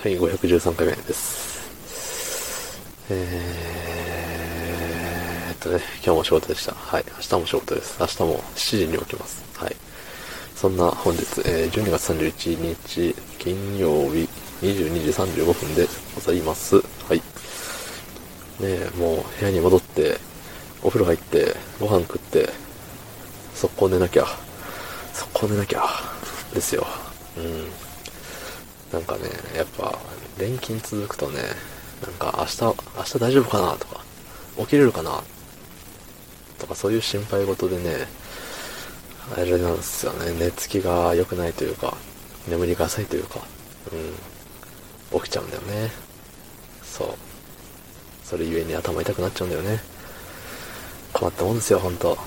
はい、513回目です。今日も仕事でした。はい、明日も仕事です。明日も7時に起きます。はい。そんな本日、12月31日金曜日22時35分でございます。はい。もう部屋に戻って、お風呂入って、ご飯食って、速攻寝なきゃ、ですよ。なんかね、やっぱ、連勤続くとね、なんか明日大丈夫かなとか、起きれるかなとか、そういう心配事でね、あれなんですよね、寝つきが良くないというか、眠りが浅いというか、起きちゃうんだよね。そう。それゆえに頭痛くなっちゃうんだよね。困ったもんですよ、ほんと。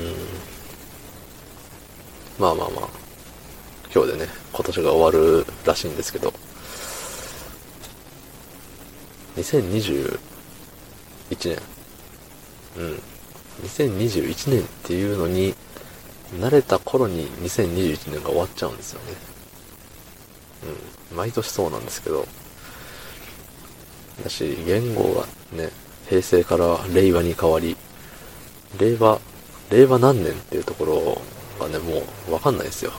まあ、今日でね、今年が終わるらしいんですけど、2021年、2021年っていうのに、慣れた頃に2021年が終わっちゃうんですよね。毎年そうなんですけど、だし、言語がね、平成から令和に変わり、令和何年っていうところがね、もうわかんないですよ。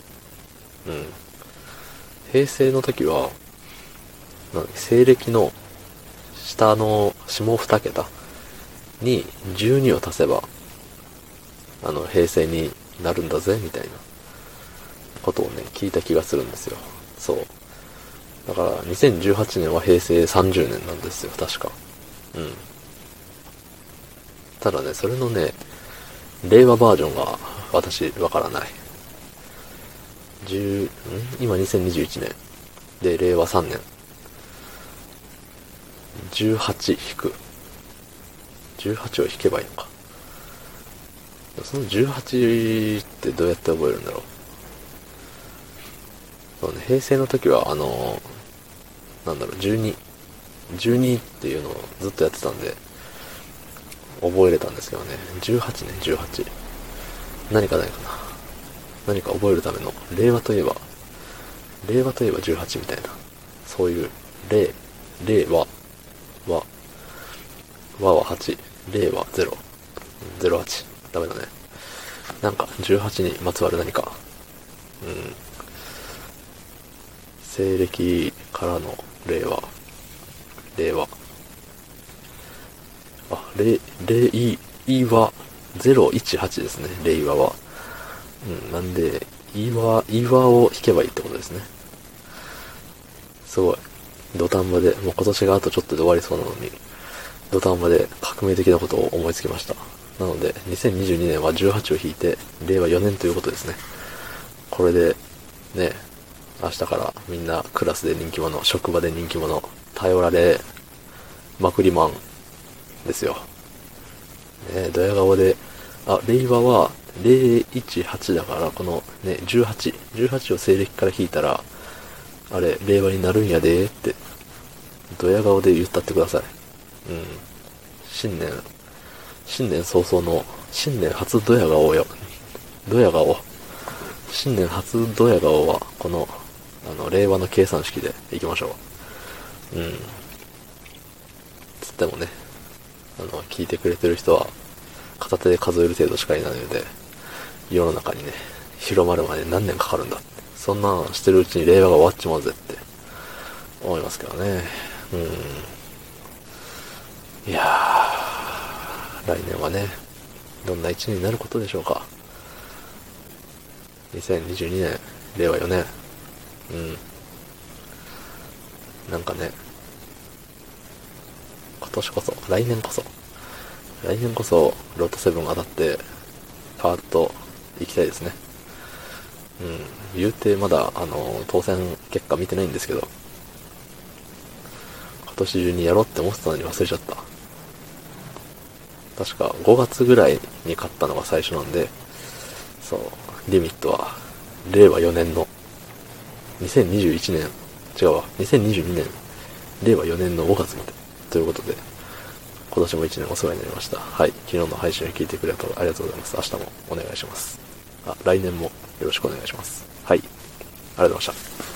平成の時は、西暦の下の下2桁に12を足せば、平成になるんだぜ、みたいなことをね、聞いた気がするんですよ。そう。だから、2018年は平成30年なんですよ、確か。ただね、それのね、令和バージョンが私、わからない。今2021年。で、令和3年。18引く。18を引けばいいのか。その18ってどうやって覚えるんだろう。そうね、平成の時は、12っていうのをずっとやってたんで、覚えれたんですけどね。18ね、18。何かないかな。何か覚えるための、令和といえば18みたいな。そういう、令和は8、令和0、08。ダメだね。なんか、18にまつわる何か。西暦からの令和。令和018ですね、令和は。なんで、岩を引けばいいってことですね。すごい。土壇場で、もう今年があとちょっとで終わりそうなのに、土壇場で革命的なことを思いつきました。なので、2022年は18を引いて、令和4年ということですね。これで、ね、明日からみんなクラスで人気者、職場で人気者、頼られまくりマンですよ。ドヤ顔で、令和は018だから、このね、18を西暦から引いたら、あれ、令和になるんやでーって、ドヤ顔で言ったってください。新年早々の、新年初ドヤ顔よ。新年初ドヤ顔は、この、令和の計算式でいきましょう。つってもね、聞いてくれてる人は、片手で数える程度しかいないので、世の中にね、広まるまで何年かかるんだって。そんなんしてるうちに令和が終わっちまうぜって思いますけどね。いやー、来年はね、どんな一年になることでしょうか。2022年、令和4年。なんかね、来年こそ、ロト7当たって、パーッと行きたいですね。言うてまだ、当選結果見てないんですけど、今年中にやろうって思ってたのに忘れちゃった。確か5月ぐらいに買ったのが最初なんで、そう、リミットは、令和4年の、2021年、違うわ、2022年、令和4年の5月まで。ということで、今年も1年お世話になりました。はい。昨日の配信を聞いてくれてありがとうございます。明日もお願いします。来年もよろしくお願いします。はい。ありがとうございました。